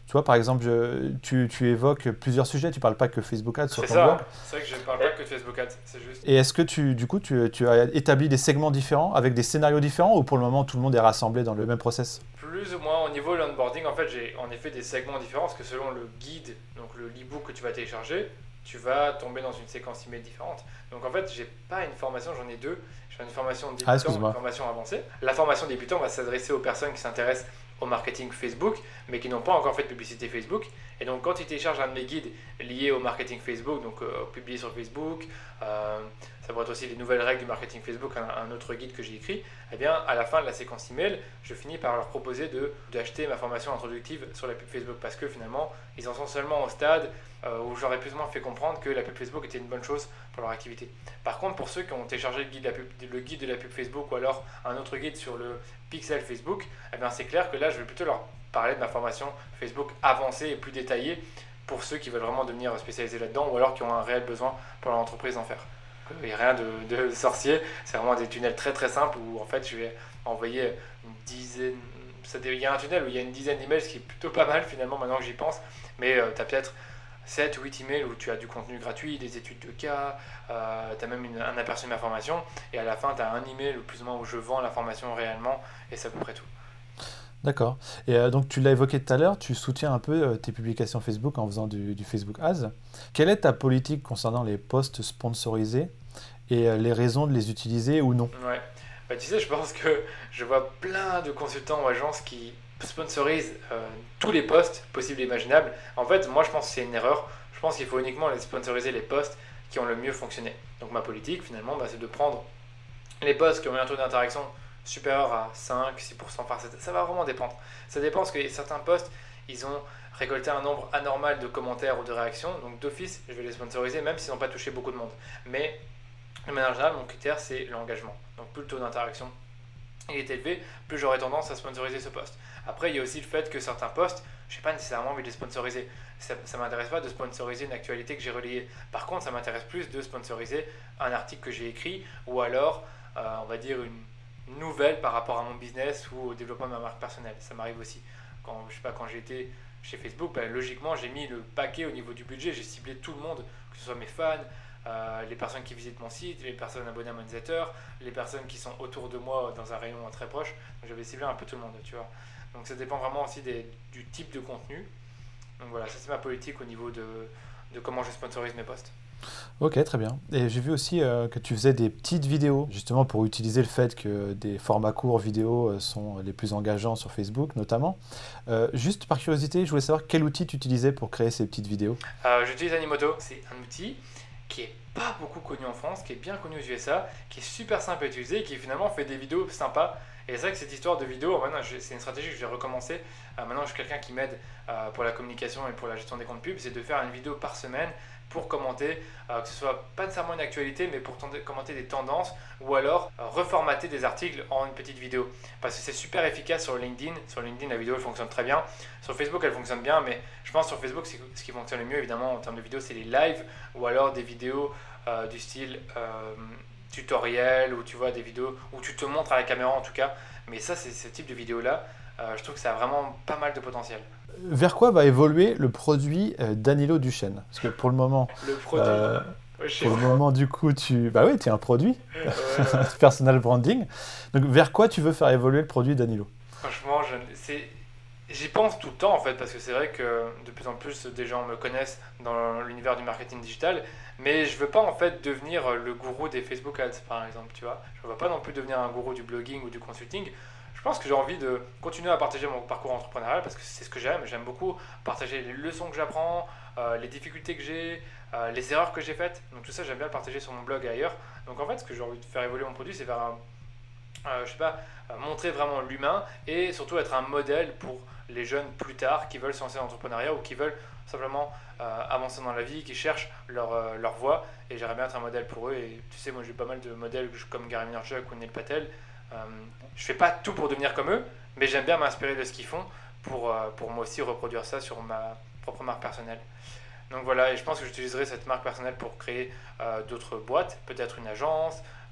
Tu vois, par exemple, je, tu, tu évoques plusieurs sujets, tu ne parles pas que Facebook Ads sur C'est ton ça, blog. c'est vrai que je ne parle pas que de Facebook Ads, c'est juste. Et est-ce que tu, du coup, tu, tu as établi des segments différents avec des scénarios différents ou pour le moment tout le monde est rassemblé dans le même process? Plus ou moins au niveau de l'onboarding, en fait, j'ai en effet des segments différents parce que selon le guide, donc le e-book que tu vas télécharger, tu vas tomber dans une séquence email différente. Donc en fait, j'ai pas une formation, j'en ai deux. J'ai une formation débutant Ah, et excuse-moi. une formation avancée. La formation débutant va s'adresser aux personnes qui s'intéressent au marketing Facebook, mais qui n'ont pas encore fait de publicité Facebook. Et donc quand ils téléchargent un de mes guides liés au marketing Facebook, donc euh, publié sur Facebook, euh, ça pourrait être aussi les nouvelles règles du marketing Facebook, un, un autre guide que j'ai écrit, eh bien à la fin de la séquence email, je finis par leur proposer de, d'acheter ma formation introductive sur la pub Facebook parce que finalement, ils en sont seulement au stade euh, où j'aurais plus ou moins fait comprendre que la pub Facebook était une bonne chose pour leur activité. Par contre, pour ceux qui ont téléchargé le guide de la pub, le guide de la pub Facebook ou alors un autre guide sur le pixel Facebook, eh bien c'est clair que là, je vais plutôt leur parler de ma formation Facebook avancée et plus détaillée pour ceux qui veulent vraiment devenir spécialisés là-dedans ou alors qui ont un réel besoin pour leur entreprise d'en faire. Il n'y a rien de, de sorcier, c'est vraiment des tunnels très très simples où en fait je vais envoyer une dizaine, ça, il y a un tunnel où il y a une dizaine d'emails, ce qui est plutôt pas mal finalement maintenant que j'y pense, mais euh, tu as peut-être sept ou huit emails où tu as du contenu gratuit, des études de cas, euh, tu as même une, un aperçu de ma formation et à la fin tu as un email plus ou moins où je vends la formation réellement et c'est à peu près tout. D'accord. Et euh, donc tu l'as évoqué tout à l'heure, tu soutiens un peu euh, tes publications Facebook en faisant du, du Facebook Ads. Quelle est ta politique concernant les posts sponsorisés et euh, les raisons de les utiliser ou non? Ouais. Bah, tu sais, je pense que je vois plein de consultants ou agences qui sponsorisent euh, tous les posts possibles et imaginables. En fait, moi je pense que c'est une erreur. Je pense qu'il faut uniquement les sponsoriser les posts qui ont le mieux fonctionné. Donc ma politique finalement, bah, c'est de prendre les posts qui ont eu un taux d'interaction supérieur à cinq à six pour cent, enfin, ça, ça va vraiment dépendre. Ça dépend parce que certains posts, ils ont récolté un nombre anormal de commentaires ou de réactions, donc d'office, je vais les sponsoriser même s'ils n'ont pas touché beaucoup de monde. Mais de manière générale, mon critère, c'est l'engagement. Donc plus le taux d'interaction il est élevé, plus j'aurai tendance à sponsoriser ce post. Après, il y a aussi le fait que certains posts, je n'ai pas nécessairement envie de les sponsoriser. Ça ne m'intéresse pas de sponsoriser une actualité que j'ai relayée. Par contre, ça m'intéresse plus de sponsoriser un article que j'ai écrit ou alors, euh, on va dire, une nouvelle par rapport à mon business ou au développement de ma marque personnelle. Ça m'arrive aussi. Quand, je sais pas, quand j'étais chez Facebook, ben, logiquement, j'ai mis le paquet au niveau du budget. J'ai ciblé tout le monde, que ce soit mes fans, Euh, les personnes qui visitent mon site, les personnes abonnées à mon newsletter, les personnes qui sont autour de moi dans un rayon très proche. Donc j'avais ciblé un peu tout le monde, tu vois. Donc ça dépend vraiment aussi des, du type de contenu. Donc voilà, ça c'est ma politique au niveau de, de comment je sponsorise mes posts. Ok, très bien. Et j'ai vu aussi euh, que tu faisais des petites vidéos, justement pour utiliser le fait que des formats courts vidéo sont les plus engageants sur Facebook, notamment. Euh, juste par curiosité, je voulais savoir quel outil tu utilisais pour créer ces petites vidéos. Euh, j'utilise Animoto, c'est un outil qui est pas beaucoup connu en France, qui est bien connu aux U S A, qui est super simple à utiliser et qui finalement fait des vidéos sympas. Et c'est vrai que cette histoire de vidéo, maintenant, c'est une stratégie que je vais recommencer. Euh, maintenant, je suis quelqu'un qui m'aide euh, pour la communication et pour la gestion des comptes pubs, c'est de faire une vidéo par semaine pour commenter, euh, que ce soit pas nécessairement une actualité, mais pour tenter, commenter des tendances ou alors euh, reformater des articles en une petite vidéo. Parce que c'est super efficace sur LinkedIn. Sur LinkedIn, la vidéo elle fonctionne très bien. Sur Facebook, elle fonctionne bien, mais je pense sur Facebook, ce qui fonctionne le mieux, évidemment, en termes de vidéos, c'est les lives ou alors des vidéos euh, du style euh, tutoriel ou tu vois des vidéos où tu te montres à la caméra en tout cas. Mais ça, c'est ce type de vidéo-là, euh, je trouve que ça a vraiment pas mal de potentiel. Vers quoi va évoluer le produit euh, Danilo Duchesne? Parce que pour le moment, le produit, euh, ouais, pour le moment, du coup, tu, bah oui, tu es un produit, ouais, ouais. personal branding. Donc, vers quoi tu veux faire évoluer le produit Danilo? Franchement, je, c'est, j'y pense tout le temps en fait, parce que c'est vrai que de plus en plus des gens me connaissent dans l'univers du marketing digital, mais je veux pas en fait devenir le gourou des Facebook Ads, par exemple, tu vois. Je veux pas non plus devenir un gourou du blogging ou du consulting. Je pense que j'ai envie de continuer à partager mon parcours entrepreneurial parce que c'est ce que j'aime. J'aime beaucoup partager les leçons que j'apprends, euh, les difficultés que j'ai, euh, les erreurs que j'ai faites. Donc tout ça, j'aime bien le partager sur mon blog et ailleurs. Donc en fait, ce que j'ai envie de faire évoluer mon produit, c'est vers un, euh, je sais pas, euh, montrer vraiment l'humain et surtout être un modèle pour les jeunes plus tard qui veulent se lancer dans l'entrepreneuriat ou qui veulent simplement euh, avancer dans la vie, qui cherchent leur, euh, leur voie. Et j'aimerais bien être un modèle pour eux. Et tu sais, moi j'ai pas mal de modèles comme Gary Vaynerchuk ou Neil Patel. Euh, je fais pas tout pour devenir comme eux, mais j'aime bien m'inspirer de ce qu'ils font pour, euh, pour moi aussi reproduire ça sur ma propre marque personnelle. Donc voilà, et je pense que j'utiliserai cette marque personnelle pour créer euh, d'autres boîtes, peut-être une agence,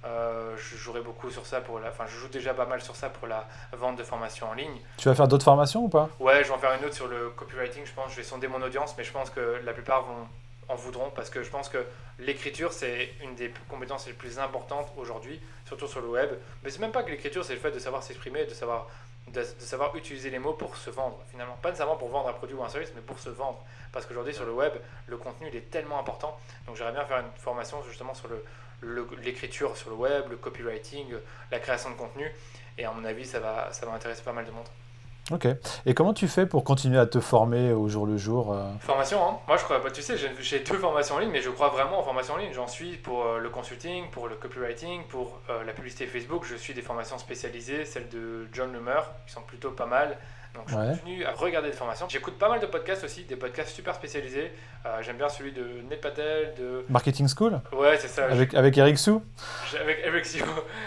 Euh, je jouerai beaucoup sur ça pour la... Enfin, je joue déjà pas mal sur ça pour la vente de formations en ligne. Tu vas faire d'autres formations ou pas ? Ouais, je vais en faire une autre sur le copywriting, je pense. Je vais sonder mon audience, mais je pense que la plupart vont en voudront parce que je pense que l'écriture, c'est une des compétences les plus importantes aujourd'hui, surtout sur le web. Mais c'est même pas que l'écriture, c'est le fait de savoir s'exprimer, de savoir, de, de savoir utiliser les mots pour se vendre, finalement. Pas nécessairement pour vendre un produit ou un service, mais pour se vendre. Parce qu'aujourd'hui, sur le web, le contenu, il est tellement important. Donc, j'aimerais bien faire une formation justement sur le, le, l'écriture sur le web, le copywriting, la création de contenu. Et à mon avis, ça va, ça va intéresser pas mal de monde. Ok. Et comment tu fais pour continuer à te former au jour le jour euh... Formation, hein. Moi je crois, bah, tu sais, j'ai, j'ai deux formations en ligne, mais je crois vraiment en formation en ligne. J'en suis pour euh, le consulting, pour le copywriting, pour euh, la publicité Facebook. Je suis des formations spécialisées, celles de John Loomer, qui sont plutôt pas mal. Donc je ouais. continue à regarder des formations. J'écoute pas mal de podcasts aussi, des podcasts super spécialisés. Euh, j'aime bien celui de Ned Patel, de... Marketing School ? Ouais, c'est ça. Avec, je... avec Eric Sou ? Avec Eric Sou.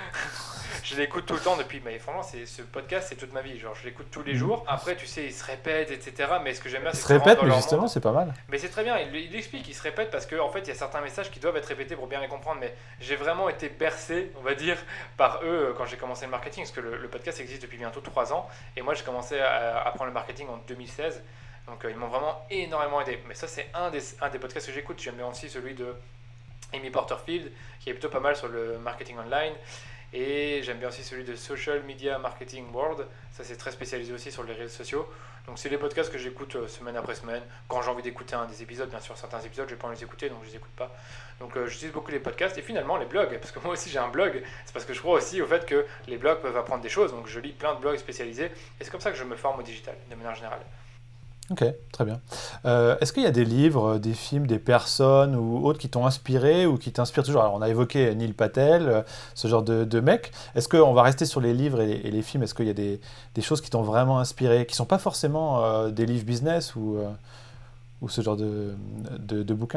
Je l'écoute tout le temps depuis, mais franchement, c'est, ce podcast, c'est toute ma vie. Genre, je l'écoute tous les jours. Après, tu sais, il se répète, et cetera. Mais ce que j'aime bien, c'est il que se répète, mais justement, monde. C'est pas mal. Mais c'est très bien. Il, il explique, il se répète parce qu'en en fait, il y a certains messages qui doivent être répétés pour bien les comprendre. Mais j'ai vraiment été bercé, on va dire, par eux quand j'ai commencé le marketing, parce que le, le podcast existe depuis bientôt trois ans. Et moi, j'ai commencé à apprendre le marketing en deux mille seize. Donc, euh, ils m'ont vraiment énormément aidé. Mais ça, c'est un des, un des podcasts que j'écoute. J'aime bien aussi celui de Amy Porterfield, qui est plutôt pas mal sur le marketing online. Et j'aime bien aussi celui de Social Media Marketing World. Ça, c'est très spécialisé aussi sur les réseaux sociaux. Donc, c'est les podcasts que j'écoute euh, semaine après semaine. Quand j'ai envie d'écouter un des épisodes, bien sûr, certains épisodes, je n'ai pas envie de les écouter, donc je ne les écoute pas. Donc, euh, j'utilise beaucoup les podcasts. Et finalement, les blogs, parce que moi aussi, j'ai un blog. C'est parce que je crois aussi au fait que les blogs peuvent apprendre des choses. Donc, je lis plein de blogs spécialisés. Et c'est comme ça que je me forme au digital, de manière générale. Ok, très bien. Euh, est-ce qu'il y a des livres, des films, des personnes ou autres qui t'ont inspiré ou qui t'inspirent toujours ? Alors, on a évoqué Neil Patel, ce genre de, de mec. Est-ce qu'on va rester sur les livres et les, et les films ? Est-ce qu'il y a des, des choses qui t'ont vraiment inspiré, qui ne sont pas forcément euh, des livres business ou, euh, ou ce genre de, de, de bouquins ?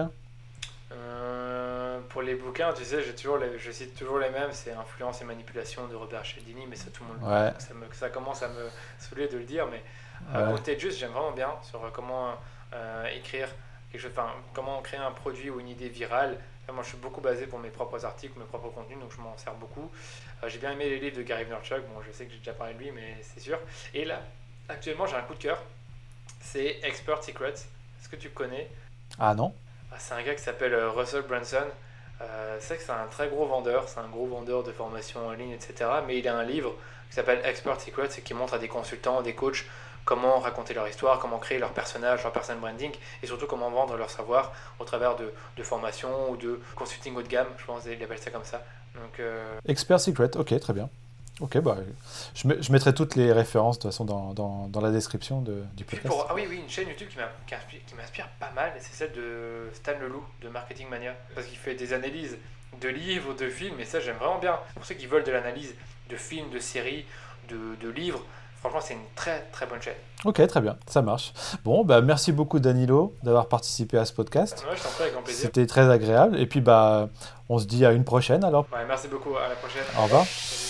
euh, Pour les bouquins, tu sais, j'ai toujours les, je cite toujours les mêmes. C'est Influence et manipulation de Robert Cialdini, mais ça, tout le monde ouais. ça, me, ça commence à me saouler de le dire, mais... Ouais. Euh, Contagious, j'aime vraiment bien sur comment euh, écrire quelque chose, enfin comment créer un produit ou une idée virale. Enfin, moi, je suis beaucoup basé pour mes propres articles, mes propres contenus, donc je m'en sers beaucoup. Euh, j'ai bien aimé les livres de Gary Vaynerchuk. Bon, je sais que j'ai déjà parlé de lui, mais c'est sûr. Et là, actuellement, j'ai un coup de cœur. C'est Expert Secrets. Est-ce que tu connais ? Ah non. Ah, c'est un gars qui s'appelle Russell Brunson. Euh, c'est que c'est un très gros vendeur. C'est un gros vendeur de formation en ligne, et cetera. Mais il a un livre qui s'appelle Expert Secrets et qui montre à des consultants, des coachs, comment raconter leur histoire, comment créer leur personnage, leur personal branding et surtout comment vendre leur savoir au travers de, de formations ou de consulting haut de gamme, je pense qu'ils appellent ça comme ça. Donc, euh... Expert Secret, ok, très bien. Ok, bah, je, me, je mettrai toutes les références de toute façon dans, dans, dans la description de, du podcast. Pour, ah oui, oui, une chaîne YouTube qui, m'a, qui, inspire, qui m'inspire pas mal, c'est celle de Stan Leloup de Marketing Mania, parce qu'il fait des analyses de livres, de films, et ça j'aime vraiment bien. Pour ceux qui veulent de l'analyse de films, de séries, de, de livres, franchement, c'est une très très bonne chaîne. Ok, très bien, ça marche. Bon, bah merci beaucoup Danilo d'avoir participé à ce podcast. Ouais, je t'en prie, avec grand plaisir. C'était très agréable. Et puis, bah, on se dit à une prochaine alors. Ouais, merci beaucoup, à la prochaine. Au revoir. Salut.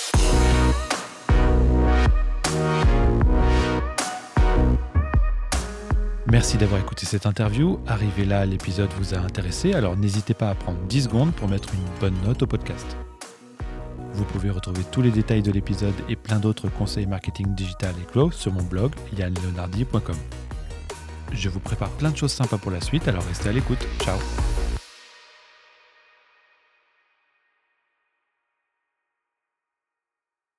Merci d'avoir écouté cette interview. Arrivé là, l'épisode vous a intéressé, alors n'hésitez pas à prendre dix secondes pour mettre une bonne note au podcast. Vous pouvez retrouver tous les détails de l'épisode et plein d'autres conseils marketing digital et growth sur mon blog yann leonardi point com. Je vous prépare plein de choses sympas pour la suite, alors restez à l'écoute. Ciao.